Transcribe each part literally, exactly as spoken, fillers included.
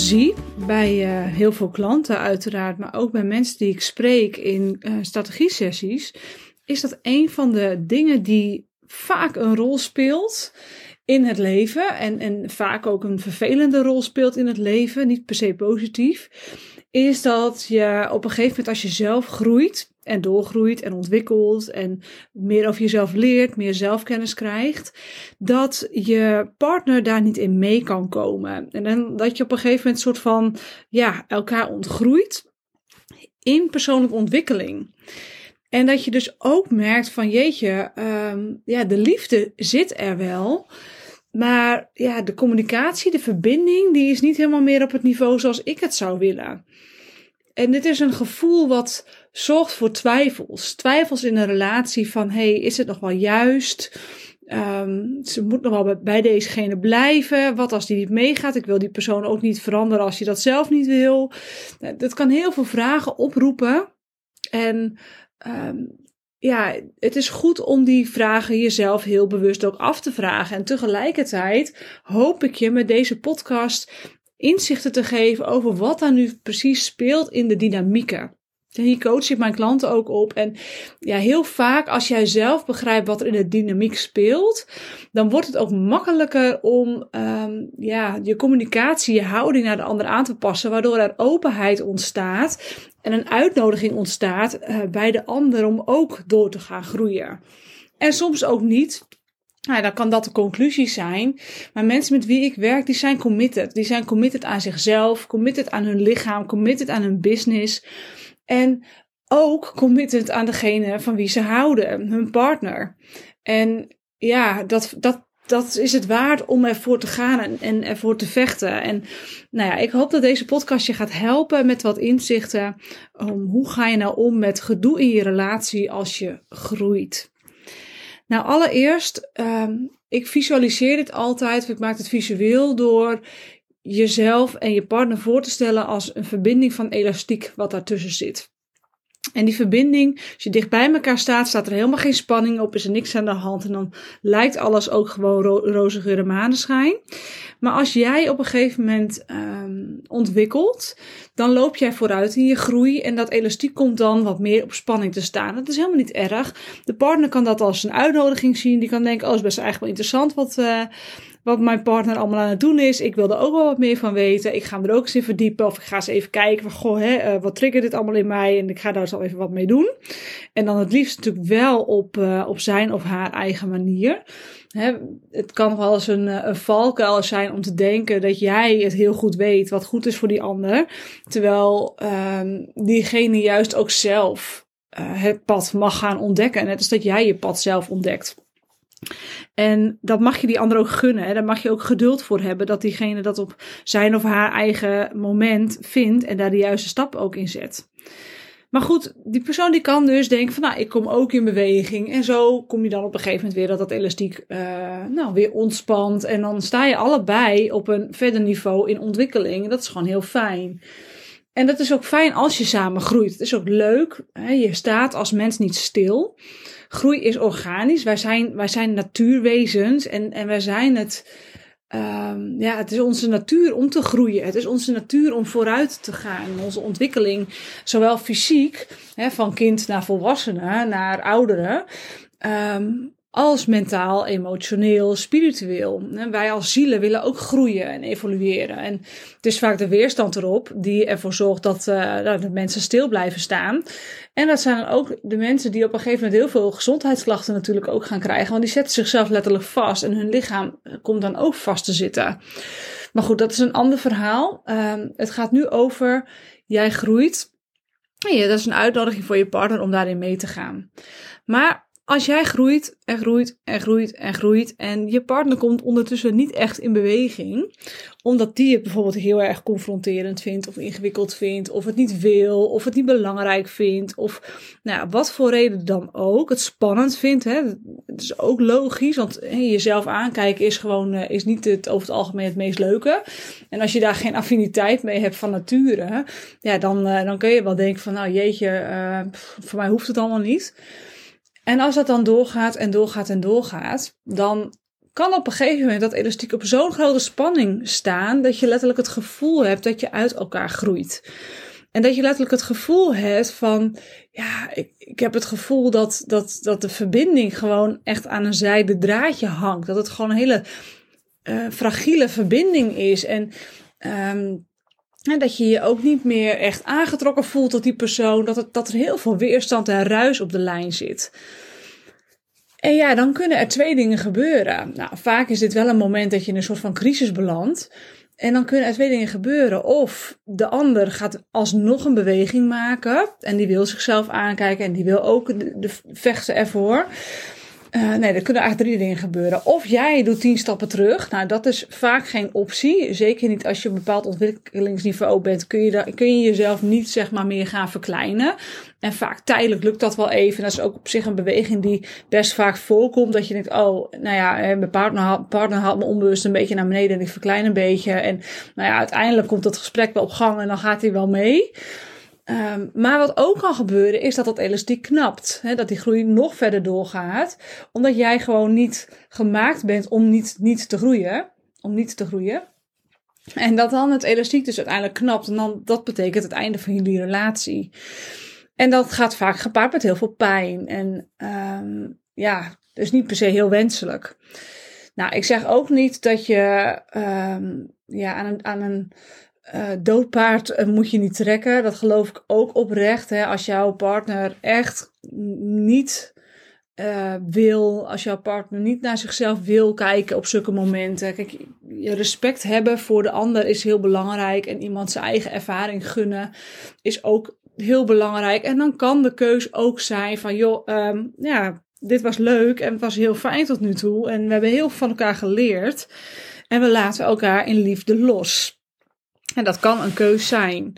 zie bij uh, heel veel klanten uiteraard, maar ook bij mensen die ik spreek in uh, strategie-sessies, is dat een van de dingen die vaak een rol speelt in het leven en, en vaak ook een vervelende rol speelt in het leven, niet per se positief, is dat je op een gegeven moment als je zelf groeit en doorgroeit en ontwikkelt en meer over jezelf leert, meer zelfkennis krijgt, dat je partner daar niet in mee kan komen. En dan, dat je op een gegeven moment soort van ja, elkaar ontgroeit in persoonlijke ontwikkeling. En dat je dus ook merkt van jeetje, um, ja, de liefde zit er wel. Maar ja, de communicatie, de verbinding, die is niet helemaal meer op het niveau zoals ik het zou willen. En dit is een gevoel wat zorgt voor twijfels. Twijfels in een relatie van, hey, is het nog wel juist? Um, ze moet nog wel bij, bij dezegene blijven. Wat als die niet meegaat? Ik wil die persoon ook niet veranderen als je dat zelf niet wil. Dat kan heel veel vragen oproepen. En um, ja, het is goed om die vragen jezelf heel bewust ook af te vragen. En tegelijkertijd hoop ik je met deze podcast inzichten te geven over wat daar nu precies speelt in de dynamieken. En hier coach ik mijn klanten ook op. En ja, heel vaak als jij zelf begrijpt wat er in de dynamiek speelt, dan wordt het ook makkelijker om um, ja, je communicatie, je houding naar de ander aan te passen, waardoor er openheid ontstaat en een uitnodiging ontstaat uh, bij de ander om ook door te gaan groeien. En soms ook niet. Nou, dan kan dat de conclusie zijn. Maar mensen met wie ik werk, die zijn committed. Die zijn committed aan zichzelf, committed aan hun lichaam, committed aan hun business. En ook committed aan degene van wie ze houden, hun partner. En ja, dat, dat, dat is het waard om ervoor te gaan en, en ervoor te vechten. En nou ja, ik hoop dat deze podcast je gaat helpen met wat inzichten. Um, hoe ga je nou om met gedoe in je relatie als je groeit? Nou, allereerst, um, ik visualiseer dit altijd, of ik maak het visueel door jezelf en je partner voor te stellen als een verbinding van elastiek wat daartussen zit. En die verbinding, als je dicht bij elkaar staat, staat er helemaal geen spanning op, is er niks aan de hand en dan lijkt alles ook gewoon ro- roze geur en maneschijn. Maar als jij op een gegeven moment um, ontwikkelt, dan loop jij vooruit in je groei en dat elastiek komt dan wat meer op spanning te staan. Dat is helemaal niet erg. De partner kan dat als een uitnodiging zien, die kan denken, oh, is best eigenlijk wel interessant wat uh, wat mijn partner allemaal aan het doen is. Ik wil er ook wel wat meer van weten. Ik ga me er ook eens in verdiepen. Of ik ga eens even kijken van, goh, hè, uh, wat triggert dit allemaal in mij? En ik ga daar eens al even wat mee doen. En dan het liefst natuurlijk wel op, uh, op zijn of haar eigen manier. Hè, het kan wel eens een, een valkuil zijn om te denken dat jij het heel goed weet wat goed is voor die ander. Terwijl um, diegene juist ook zelf uh, het pad mag gaan ontdekken. Net als dat jij je pad zelf ontdekt. En dat mag je die ander ook gunnen. Hè? Daar mag je ook geduld voor hebben dat diegene dat op zijn of haar eigen moment vindt en daar de juiste stap ook in zet. Maar goed, die persoon die kan dus denken van, nou, ik kom ook in beweging. En zo kom je dan op een gegeven moment weer dat dat elastiek uh, nou, weer ontspant. En dan sta je allebei op een verder niveau in ontwikkeling. En dat is gewoon heel fijn. En dat is ook fijn als je samen groeit. Het is ook leuk. Hè? Je staat als mens niet stil. Groei is organisch. Wij zijn, wij zijn natuurwezens en, en wij zijn het, um, ja, het is onze natuur om te groeien. Het is onze natuur om vooruit te gaan. Onze ontwikkeling, zowel fysiek, hè, van kind naar volwassene, naar ouderen, um, als mentaal, emotioneel, spiritueel. Wij als zielen willen ook groeien en evolueren. En het is vaak de weerstand erop die ervoor zorgt dat, uh, dat de mensen stil blijven staan. En dat zijn dan ook de mensen die op een gegeven moment heel veel gezondheidsklachten natuurlijk ook gaan krijgen. Want die zetten zichzelf letterlijk vast en hun lichaam komt dan ook vast te zitten. Maar goed, dat is een ander verhaal. Um, het gaat nu over, jij groeit. Ja, dat is een uitnodiging voor je partner om daarin mee te gaan. Maar als jij groeit en groeit en groeit en groeit en je partner komt ondertussen niet echt in beweging, omdat die het bijvoorbeeld heel erg confronterend vindt of ingewikkeld vindt, of het niet wil, of het niet belangrijk vindt, of nou, wat voor reden dan ook, het spannend vindt, hè, het is ook logisch, want hè, jezelf aankijken is gewoon, uh, is niet het, over het algemeen het meest leuke. En als je daar geen affiniteit mee hebt van nature, ja, dan, uh, dan kun je wel denken van, nou jeetje, uh, voor mij hoeft het allemaal niet. En als dat dan doorgaat en doorgaat en doorgaat, dan kan op een gegeven moment dat elastiek op zo'n grote spanning staan, dat je letterlijk het gevoel hebt dat je uit elkaar groeit. En dat je letterlijk het gevoel hebt van, ja, ik, ik heb het gevoel dat, dat, dat de verbinding gewoon echt aan een zijden draadje hangt. Dat het gewoon een hele uh, fragiele verbinding is. En um, En dat je je ook niet meer echt aangetrokken voelt tot die persoon. Dat, het, dat er heel veel weerstand en ruis op de lijn zit. En ja, dan kunnen er twee dingen gebeuren. Nou, vaak is dit wel een moment dat je in een soort van crisis belandt. En dan kunnen er twee dingen gebeuren. Of de ander gaat alsnog een beweging maken. En die wil zichzelf aankijken. En die wil ook de, de vechten ervoor. Uh, nee, er kunnen eigenlijk drie dingen gebeuren. Of jij doet tien stappen terug. Nou, dat is vaak geen optie. Zeker niet als je op een bepaald ontwikkelingsniveau bent. Kun je, da- kun je jezelf niet zeg maar meer gaan verkleinen. En vaak tijdelijk lukt dat wel even. Dat is ook op zich een beweging die best vaak voorkomt. Dat je denkt, oh, nou ja, mijn partner, partner haalt me onbewust een beetje naar beneden. En ik verklein een beetje. En nou ja, uiteindelijk komt dat gesprek wel op gang. En dan gaat hij wel mee. Um, maar wat ook kan gebeuren is dat dat elastiek knapt. Hè, dat die groei nog verder doorgaat. Omdat jij gewoon niet gemaakt bent om niet, niet te groeien. Om niet te groeien. En dat dan het elastiek dus uiteindelijk knapt. En dan, dat betekent het einde van jullie relatie. En dat gaat vaak gepaard met heel veel pijn. En um, ja, dus niet per se heel wenselijk. Nou, ik zeg ook niet dat je um, ja, aan een... Aan een Uh, doodpaard uh, moet je niet trekken. Dat geloof ik ook oprecht. Hè? Als jouw partner echt niet uh, wil. Als jouw partner niet naar zichzelf wil kijken op zulke momenten. Kijk, je respect hebben voor de ander is heel belangrijk. En iemand zijn eigen ervaring gunnen is ook heel belangrijk. En dan kan de keus ook zijn van joh, um, ja, dit was leuk en het was heel fijn tot nu toe. En we hebben heel veel van elkaar geleerd. En we laten elkaar in liefde los. En dat kan een keus zijn.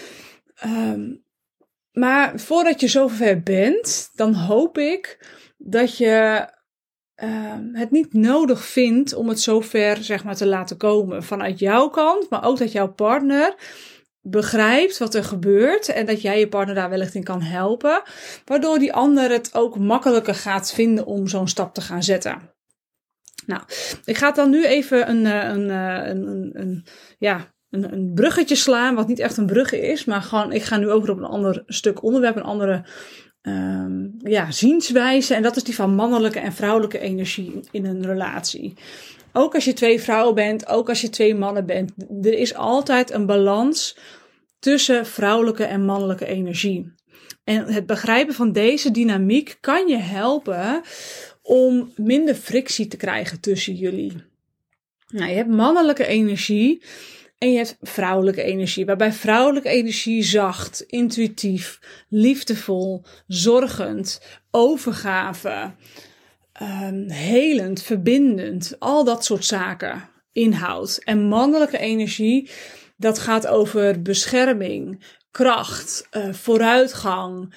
Um, maar voordat je zover bent, dan hoop ik dat je um, het niet nodig vindt om het zover zeg maar, te laten komen. Vanuit jouw kant, maar ook dat jouw partner begrijpt wat er gebeurt. En dat jij je partner daar wellicht in kan helpen. Waardoor die ander het ook makkelijker gaat vinden om zo'n stap te gaan zetten. Nou, ik ga dan nu even een, een, een, een, een ja... Een, een bruggetje slaan, wat niet echt een brug is, maar gewoon, ik ga nu over op een ander stuk onderwerp, een andere um, ja, zienswijze. En dat is die van mannelijke en vrouwelijke energie in een relatie. Ook als je twee vrouwen bent, ook als je twee mannen bent, er is altijd een balans tussen vrouwelijke en mannelijke energie. En het begrijpen van deze dynamiek kan je helpen om minder frictie te krijgen tussen jullie. Nou, je hebt mannelijke energie. En je hebt vrouwelijke energie, waarbij vrouwelijke energie zacht, intuïtief, liefdevol, zorgend, overgave, um, helend, verbindend, al dat soort zaken inhoudt. En mannelijke energie, dat gaat over bescherming, kracht, uh, vooruitgang,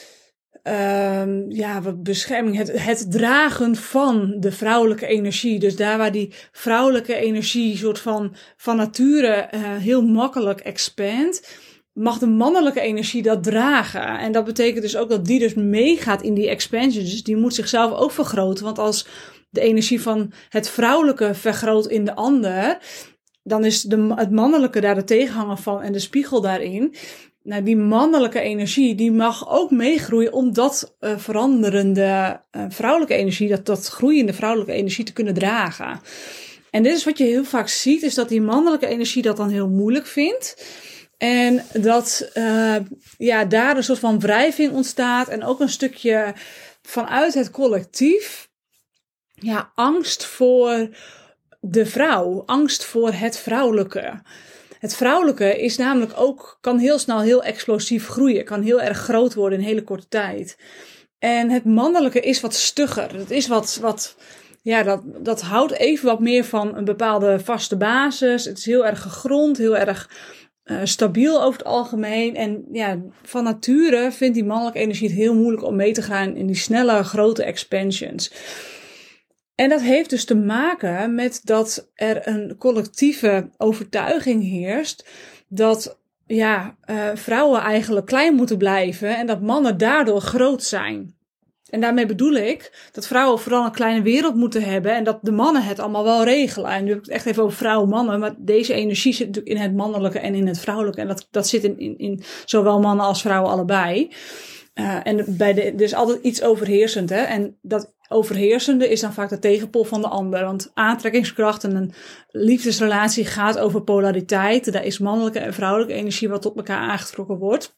Um, ja, wat bescherming, het, het dragen van de vrouwelijke energie. Dus daar waar die vrouwelijke energie soort van van nature uh, heel makkelijk expandt, mag de mannelijke energie dat dragen. En dat betekent dus ook dat die dus meegaat in die expansion. Dus die moet zichzelf ook vergroten. Want als de energie van het vrouwelijke vergroot in de ander, dan is de, het mannelijke daar de tegenhanger van en de spiegel daarin. Nou, die mannelijke energie, die mag ook meegroeien om dat uh, veranderende uh, vrouwelijke energie, dat, dat groeiende vrouwelijke energie te kunnen dragen. En dit is wat je heel vaak ziet, is dat die mannelijke energie dat dan heel moeilijk vindt. En dat uh, ja, daar een soort van wrijving ontstaat en ook een stukje vanuit het collectief, ja, angst voor de vrouw, angst voor het vrouwelijke. Het vrouwelijke is namelijk ook, kan heel snel heel explosief groeien. Kan heel erg groot worden in hele korte tijd. En het mannelijke is wat stugger. Het is wat, wat ja, dat, dat houdt even wat meer van een bepaalde vaste basis. Het is heel erg gegrond, heel erg uh, stabiel over het algemeen. En ja, van nature vindt die mannelijke energie het heel moeilijk om mee te gaan in die snelle, grote expansions. En dat heeft dus te maken met dat er een collectieve overtuiging heerst dat ja, uh, vrouwen eigenlijk klein moeten blijven en dat mannen daardoor groot zijn. En daarmee bedoel ik dat vrouwen vooral een kleine wereld moeten hebben en dat de mannen het allemaal wel regelen. En nu heb ik het echt even over vrouwen en mannen, maar deze energie zit natuurlijk in het mannelijke en in het vrouwelijke. En dat, dat zit in, in, in zowel mannen als vrouwen allebei. Uh, en bij de, er is altijd iets overheersend. Hè? En dat overheersende is dan vaak de tegenpol van de ander. Want aantrekkingskracht en een liefdesrelatie gaat over polariteit. Daar is mannelijke en vrouwelijke energie wat op elkaar aangetrokken wordt.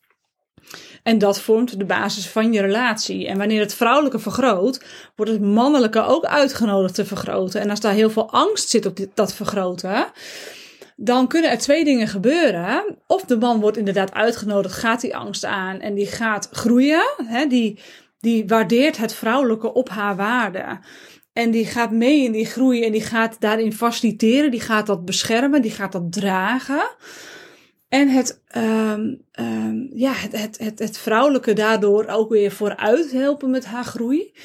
En dat vormt de basis van je relatie. En wanneer het vrouwelijke vergroot, wordt het mannelijke ook uitgenodigd te vergroten. En als daar heel veel angst zit op dit, dat vergroten, dan kunnen er twee dingen gebeuren. Of de man wordt inderdaad uitgenodigd, gaat die angst aan en die gaat groeien. Hè, die, die waardeert het vrouwelijke op haar waarde. En die gaat mee in die groei en die gaat daarin faciliteren. Die gaat dat beschermen, die gaat dat dragen. En het, um, um, ja, het, het, het, het vrouwelijke daardoor ook weer vooruit helpen met haar groei.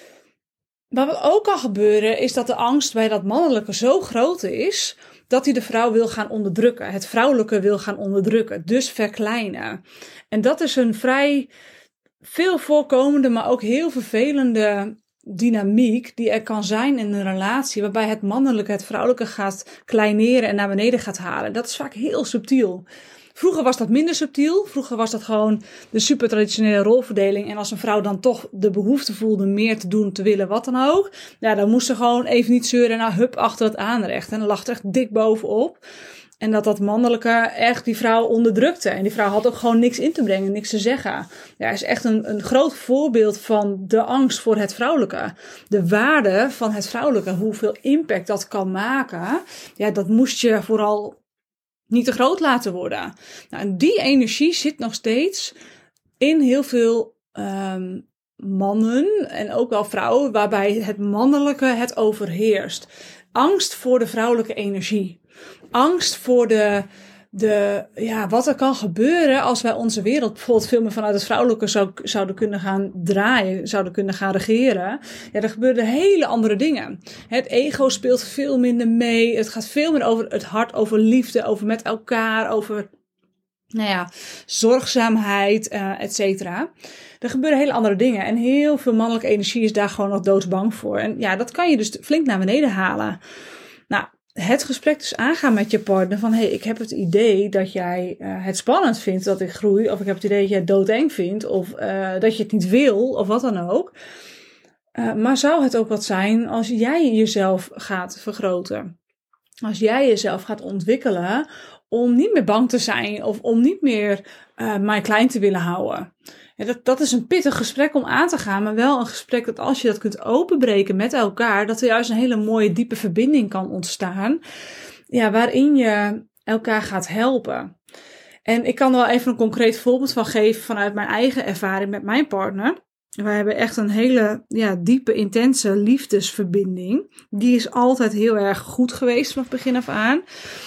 Maar wat ook kan gebeuren is dat de angst bij dat mannelijke zo groot is dat hij de vrouw wil gaan onderdrukken. Het vrouwelijke wil gaan onderdrukken, dus verkleinen. En dat is een vrij veel voorkomende, maar ook heel vervelende dynamiek die er kan zijn in een relatie, waarbij het mannelijke het vrouwelijke gaat kleineren en naar beneden gaat halen. Dat is vaak heel subtiel. Vroeger was dat minder subtiel. Vroeger was dat gewoon de super traditionele rolverdeling. En als een vrouw dan toch de behoefte voelde meer te doen, te willen, wat dan ook, ja, dan moest ze gewoon even niet zeuren en nou hup achter het aanrecht. En dan lag er echt dik bovenop. En dat dat mannelijke echt die vrouw onderdrukte. En die vrouw had ook gewoon niks in te brengen, niks te zeggen. Ja, is echt een, een groot voorbeeld van de angst voor het vrouwelijke. De waarde van het vrouwelijke, hoeveel impact dat kan maken. Ja, dat moest je vooral niet te groot laten worden. Nou, en die energie zit nog steeds in heel veel um, mannen en ook wel vrouwen, waarbij het mannelijke het overheerst. Angst voor de vrouwelijke energie. Angst voor de, de, ja, wat er kan gebeuren als wij onze wereld bijvoorbeeld veel meer vanuit het vrouwelijke zou, zouden kunnen gaan draaien, zouden kunnen gaan regeren. Ja, er gebeuren hele andere dingen. Het ego speelt veel minder mee. Het gaat veel meer over het hart, over liefde, over met elkaar, over, nou ja, zorgzaamheid, uh, et cetera. Er gebeuren hele andere dingen. En heel veel mannelijke energie is daar gewoon nog doodsbang voor. En ja, dat kan je dus flink naar beneden halen. Nou, het gesprek dus aangaan met je partner van, hé, hey, ik heb het idee dat jij uh, het spannend vindt dat ik groei, of ik heb het idee dat jij het doodeng vindt, of uh, dat je het niet wil, of wat dan ook. Uh, maar zou het ook wat zijn als jij jezelf gaat vergroten? Als jij jezelf gaat ontwikkelen om niet meer bang te zijn, of om niet meer uh, mij klein te willen houden. Ja, dat, dat is een pittig gesprek om aan te gaan, maar wel een gesprek dat als je dat kunt openbreken met elkaar, dat er juist een hele mooie diepe verbinding kan ontstaan, ja, waarin je elkaar gaat helpen. En ik kan er wel even een concreet voorbeeld van geven vanuit mijn eigen ervaring met mijn partner. Wij hebben echt een hele ja, diepe, intense liefdesverbinding. Die is altijd heel erg goed geweest vanaf begin af aan.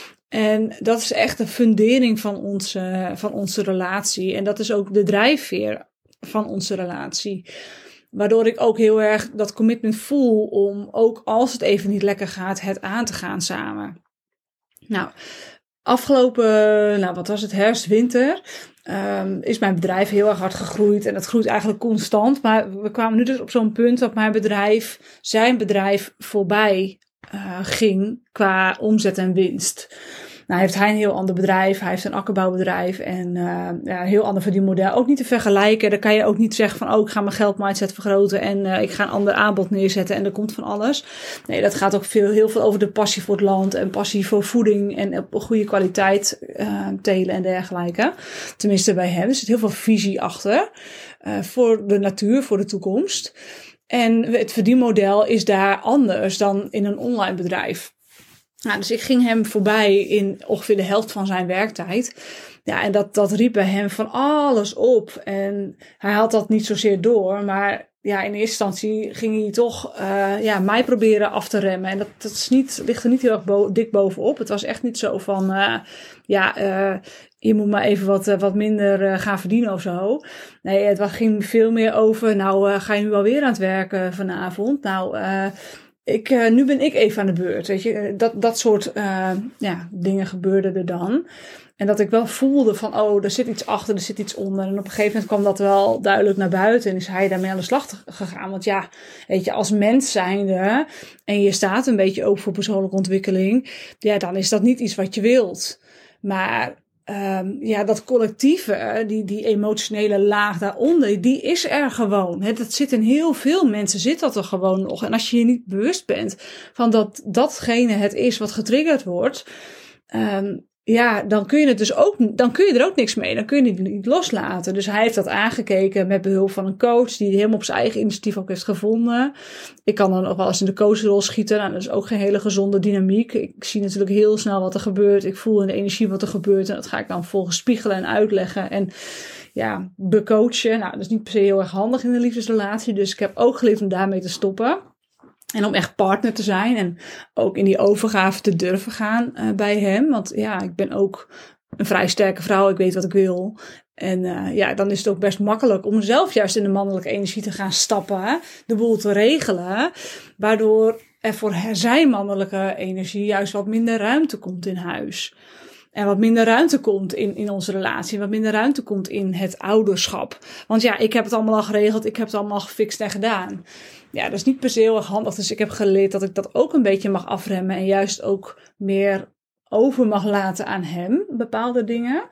En dat is echt de fundering van onze, van onze relatie. En dat is ook de drijfveer van onze relatie. Waardoor ik ook heel erg dat commitment voel om, ook als het even niet lekker gaat, het aan te gaan samen. Nou, afgelopen, nou wat was het, herfst, winter, um, is mijn bedrijf heel erg hard gegroeid. En dat groeit eigenlijk constant. Maar we kwamen nu dus op zo'n punt dat mijn bedrijf, zijn bedrijf, voorbij Uh, ging qua omzet en winst. Nou heeft hij een heel ander bedrijf. Hij heeft een akkerbouwbedrijf en uh, ja, een heel ander verdienmodel. Ook niet te vergelijken. Dan kan je ook niet zeggen van, oh, ik ga mijn geldmindset vergroten en uh, ik ga een ander aanbod neerzetten en er komt van alles. Nee, dat gaat ook veel, heel veel over de passie voor het land en passie voor voeding en op een goede kwaliteit uh, telen en dergelijke. Tenminste bij hem. Er zit heel veel visie achter uh, voor de natuur, voor de toekomst. En het verdienmodel is daar anders dan in een online bedrijf. Nou, dus ik ging hem voorbij in ongeveer de helft van zijn werktijd. Ja, en dat, dat riep bij hem van alles op. En hij had dat niet zozeer door. Maar ja, in eerste instantie ging hij toch uh, ja, mij proberen af te remmen. En dat, dat is niet, ligt er niet heel erg bo- dik bovenop. Het was echt niet zo van, uh, ja, uh, je moet maar even wat, uh, wat minder uh, gaan verdienen of zo. Nee, het ging veel meer over, nou uh, ga je nu alweer aan het werken vanavond? Nou, uh, ik, uh, nu ben ik even aan de beurt, weet je. Dat, dat soort uh, ja, dingen gebeurden er dan. En dat ik wel voelde van, oh, er zit iets achter, er zit iets onder. En op een gegeven moment kwam dat wel duidelijk naar buiten. En is hij daarmee aan de slag gegaan. Want ja, weet je, als mens zijnde en je staat een beetje open voor persoonlijke ontwikkeling, ja, dan is dat niet iets wat je wilt. Maar um, ja, dat collectieve, die, die emotionele laag daaronder, die is er gewoon. Hè? Dat zit in heel veel mensen, zit dat er gewoon nog. En als je je niet bewust bent van dat datgene het is wat getriggerd wordt, um, ja, dan kun je het dus ook, dan kun je er ook niks mee. Dan kun je het niet loslaten. Dus hij heeft dat aangekeken met behulp van een coach die helemaal op zijn eigen initiatief ook heeft gevonden. Ik kan dan ook wel eens in de coachrol schieten. Nou, dat is ook geen hele gezonde dynamiek. Ik zie natuurlijk heel snel wat er gebeurt. Ik voel in de energie wat er gebeurt. En dat ga ik dan volgens spiegelen en uitleggen. En ja, becoachen. Nou, dat is niet per se heel erg handig in een liefdesrelatie. Dus ik heb ook geleerd om daarmee te stoppen. En om echt partner te zijn en ook in die overgave te durven gaan uh, bij hem. Want ja, ik ben ook een vrij sterke vrouw. Ik weet wat ik wil. En uh, ja, dan is het ook best makkelijk om zelf juist in de mannelijke energie te gaan stappen. Hè? De boel te regelen. Waardoor er voor zijn mannelijke energie juist wat minder ruimte komt in huis. En wat minder ruimte komt in, in onze relatie. Wat minder ruimte komt in het ouderschap. Want ja, ik heb het allemaal al geregeld. Ik heb het allemaal gefixt en gedaan. Ja, dat is niet per se heel erg handig. Dus ik heb geleerd dat ik dat ook een beetje mag afremmen. En juist ook meer over mag laten aan hem. Bepaalde dingen.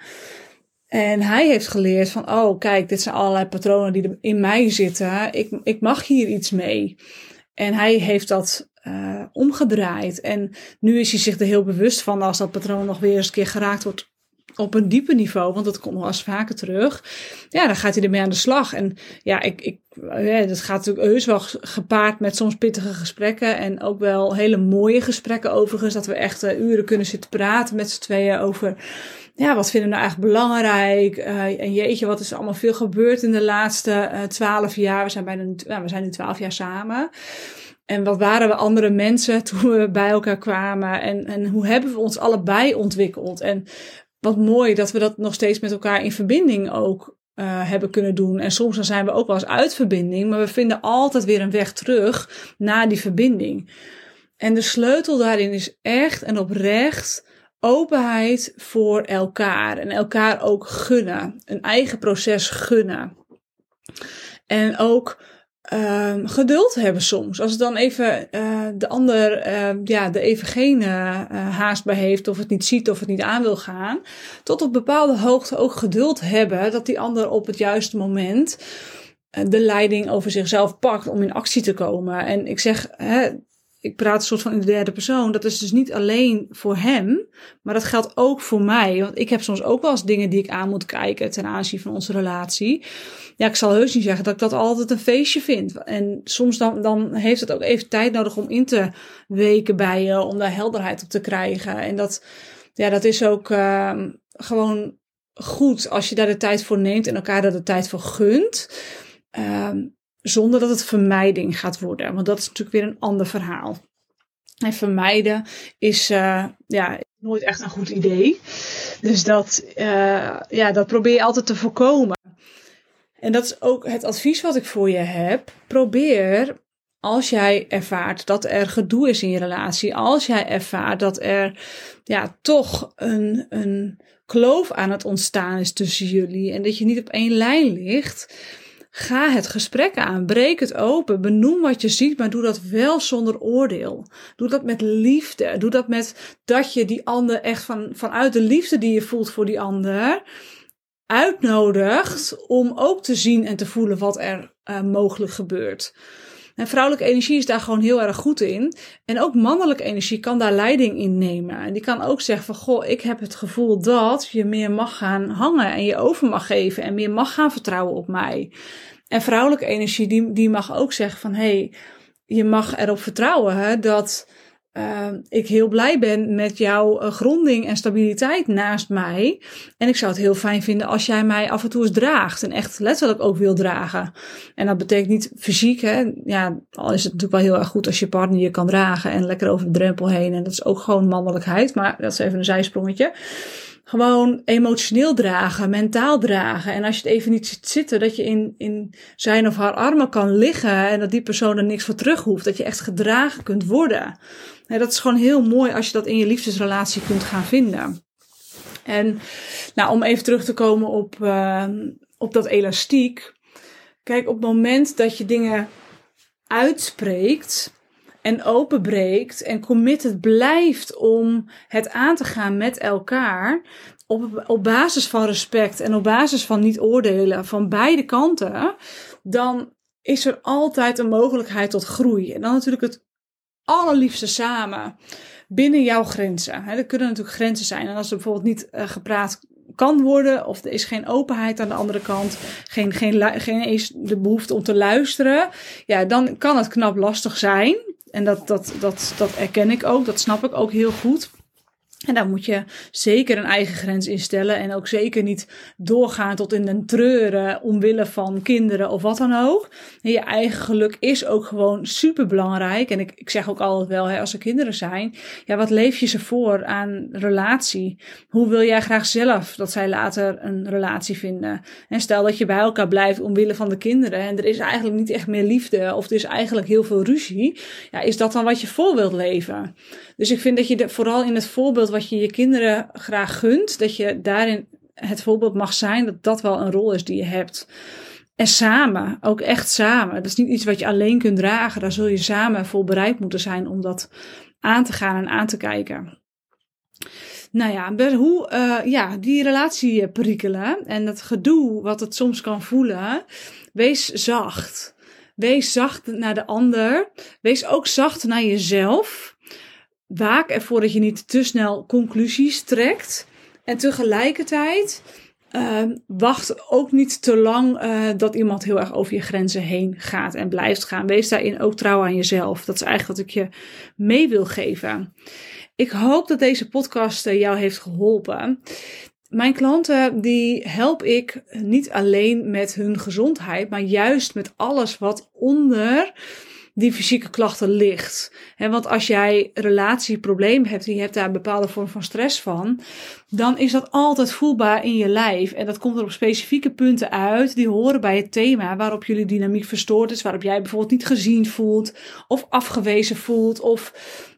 En hij heeft geleerd van, oh kijk, dit zijn allerlei patronen die er in mij zitten. Ik, ik mag hier iets mee. En hij heeft dat uh, omgedraaid. En nu is hij zich er heel bewust van als dat patroon nog weer eens een keer geraakt wordt op een dieper niveau. Want dat komt nog eens vaker terug. Ja, dan gaat hij ermee aan de slag. En ja, ik, ik, ja, dat gaat natuurlijk heus wel gepaard met soms pittige gesprekken. En ook wel hele mooie gesprekken overigens. Dat we echt uh, uren kunnen zitten praten met z'n tweeën over, ja, wat vinden we nou eigenlijk belangrijk? Uh, en jeetje, wat is er allemaal veel gebeurd in de laatste uh, twaalf jaar? We zijn bijna, nou, we zijn nu twaalf jaar samen. En wat waren we andere mensen toen we bij elkaar kwamen? En, en hoe hebben we ons allebei ontwikkeld? En wat mooi dat we dat nog steeds met elkaar in verbinding ook uh, hebben kunnen doen. En soms dan zijn we ook wel eens uit verbinding. Maar we vinden altijd weer een weg terug naar die verbinding. En de sleutel daarin is echt en oprecht openheid voor elkaar. En elkaar ook gunnen. Een eigen proces gunnen. En ook Uh, geduld hebben soms. Als het dan even uh, de ander uh, ja, er even geen uh, haast bij heeft, of het niet ziet of het niet aan wil gaan, tot op bepaalde hoogte ook geduld hebben dat die ander op het juiste moment uh, de leiding over zichzelf pakt om in actie te komen. En ik zeg, hè, ik praat een soort van in de derde persoon. Dat is dus niet alleen voor hem, maar dat geldt ook voor mij. Want ik heb soms ook wel eens dingen die ik aan moet kijken ten aanzien van onze relatie. Ja, ik zal heus niet zeggen dat ik dat altijd een feestje vind. En soms dan, dan heeft het ook even tijd nodig om in te weken bij je, om daar helderheid op te krijgen. En dat, ja, dat is ook uh, gewoon goed als je daar de tijd voor neemt en elkaar daar de tijd voor gunt. Uh, Zonder dat het vermijding gaat worden. Want dat is natuurlijk weer een ander verhaal. En vermijden is uh, ja, nooit echt een goed idee. Dus dat, uh, ja, dat probeer je altijd te voorkomen. En dat is ook het advies wat ik voor je heb. Probeer, als jij ervaart dat er gedoe is in je relatie. Als jij ervaart dat er ja, toch een, een kloof aan het ontstaan is tussen jullie. En dat je niet op één lijn ligt. Ga het gesprek aan, breek het open, benoem wat je ziet, maar doe dat wel zonder oordeel. Doe dat met liefde, doe dat met dat je die ander echt van, vanuit de liefde die je voelt voor die ander uitnodigt om ook te zien en te voelen wat er uh, mogelijk gebeurt. En vrouwelijke energie is daar gewoon heel erg goed in. En ook mannelijke energie kan daar leiding in nemen. En die kan ook zeggen van, goh, ik heb het gevoel dat je meer mag gaan hangen en je over mag geven en meer mag gaan vertrouwen op mij. En vrouwelijke energie, die, die mag ook zeggen van, hé, hey, je mag erop vertrouwen hè, dat uh, ik heel blij ben met jouw uh, gronding en stabiliteit naast mij. En ik zou het heel fijn vinden als jij mij af en toe eens draagt. En echt letterlijk ook wil dragen. En dat betekent niet fysiek. Hè. Ja, al is het natuurlijk wel heel erg goed als je partner je kan dragen. En lekker over de drempel heen. En dat is ook gewoon mannelijkheid. Maar dat is even een zijsprongetje. Gewoon emotioneel dragen, mentaal dragen. En als je het even niet ziet zitten, dat je in, in zijn of haar armen kan liggen. En dat die persoon er niks voor terug hoeft. Dat je echt gedragen kunt worden. Ja, dat is gewoon heel mooi als je dat in je liefdesrelatie kunt gaan vinden. En nou, om even terug te komen op, uh, op dat elastiek. Kijk, op het moment dat je dingen uitspreekt en openbreekt en committed blijft om het aan te gaan met elkaar, op, op basis van respect en op basis van niet oordelen van beide kanten, dan is er altijd een mogelijkheid tot groei. En dan natuurlijk het allerliefste samen binnen jouw grenzen. Er kunnen natuurlijk grenzen zijn. En als er bijvoorbeeld niet uh, gepraat kan worden, of er is geen openheid aan de andere kant, geen, geen, geen eens de behoefte om te luisteren, ja, dan kan het knap lastig zijn. En dat, dat, dat, dat erken ik ook, dat snap ik ook heel goed. En daar moet je zeker een eigen grens instellen en ook zeker niet doorgaan tot in den treuren omwille van kinderen of wat dan ook. En je eigen geluk is ook gewoon super belangrijk. En ik, ik zeg ook altijd wel, hè, als er kinderen zijn, ja, wat leef je ze voor aan relatie? Hoe wil jij graag zelf dat zij later een relatie vinden? En stel dat je bij elkaar blijft omwille van de kinderen en er is eigenlijk niet echt meer liefde of er is eigenlijk heel veel ruzie. Ja, is dat dan wat je voor wilt leven? Dus ik vind dat je de, vooral in het voorbeeld wat je je kinderen graag gunt, dat je daarin het voorbeeld mag zijn, dat dat wel een rol is die je hebt. En samen, ook echt samen. Dat is niet iets wat je alleen kunt dragen. Daar zul je samen voor bereid moeten zijn om dat aan te gaan en aan te kijken. Nou ja, hoe uh, ja, die relatie perikelen en dat gedoe wat het soms kan voelen, wees zacht. Wees zacht naar de ander. Wees ook zacht naar jezelf. Waak ervoor dat je niet te snel conclusies trekt. En tegelijkertijd uh, wacht ook niet te lang uh, dat iemand heel erg over je grenzen heen gaat en blijft gaan. Wees daarin ook trouw aan jezelf. Dat is eigenlijk wat ik je mee wil geven. Ik hoop dat deze podcast uh, jou heeft geholpen. Mijn klanten die help ik niet alleen met hun gezondheid, maar juist met alles wat onder die fysieke klachten ligt. He, want als jij relatieprobleem hebt en je hebt daar een bepaalde vorm van stress van, dan is dat altijd voelbaar in je lijf. En dat komt er op specifieke punten uit die horen bij het thema waarop jullie dynamiek verstoord is, waarop jij bijvoorbeeld niet gezien voelt of afgewezen voelt of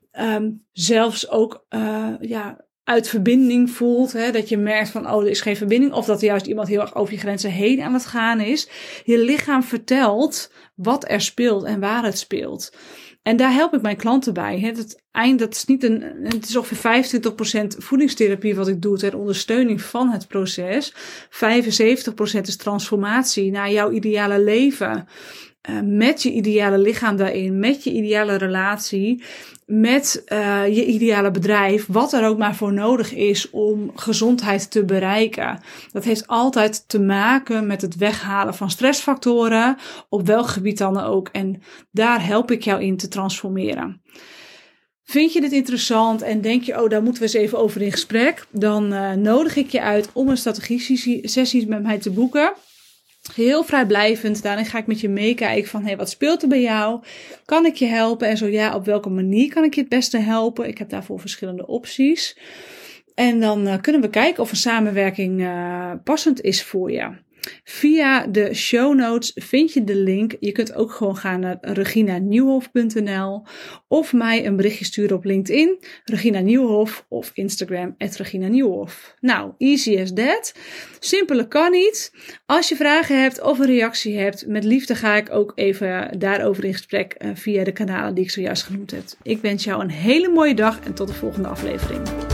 um, zelfs ook uh, ja, uit verbinding voelt. Hè, dat je merkt van, oh, er is geen verbinding. Of dat er juist iemand heel erg over je grenzen heen aan het gaan is. Je lichaam vertelt wat er speelt en waar het speelt. En daar help ik mijn klanten bij. Het eind, dat is niet een, het is ongeveer vijfentwintig procent voedingstherapie wat ik doe ter ondersteuning van het proces. vijfenzeventig procent is transformatie naar jouw ideale leven. Uh, met je ideale lichaam daarin, met je ideale relatie, met uh, je ideale bedrijf, wat er ook maar voor nodig is om gezondheid te bereiken. Dat heeft altijd te maken met het weghalen van stressfactoren, op welk gebied dan ook. En daar help ik jou in te transformeren. Vind je dit interessant en denk je, oh, daar moeten we eens even over in gesprek? Dan uh, nodig ik je uit om een strategie-sessie met mij te boeken. Heel vrijblijvend, daarin ga ik met je meekijken van, hey, wat speelt er bij jou? Kan ik je helpen? En zo ja, op welke manier kan ik je het beste helpen? Ik heb daarvoor verschillende opties. En dan uh, kunnen we kijken of een samenwerking uh, passend is voor je. Via de show notes vind je de link. Je kunt ook gewoon gaan naar regina nieuwhof punt n l of mij een berichtje sturen op LinkedIn, Regina Nieuwhof, of Instagram, at Regina Nieuwhof. Nou, easy as that. Simpeler kan niet. Als je vragen hebt of een reactie hebt, met liefde ga ik ook even daarover in gesprek uh, via de kanalen die ik zojuist genoemd heb. Ik wens jou een hele mooie dag en tot de volgende aflevering.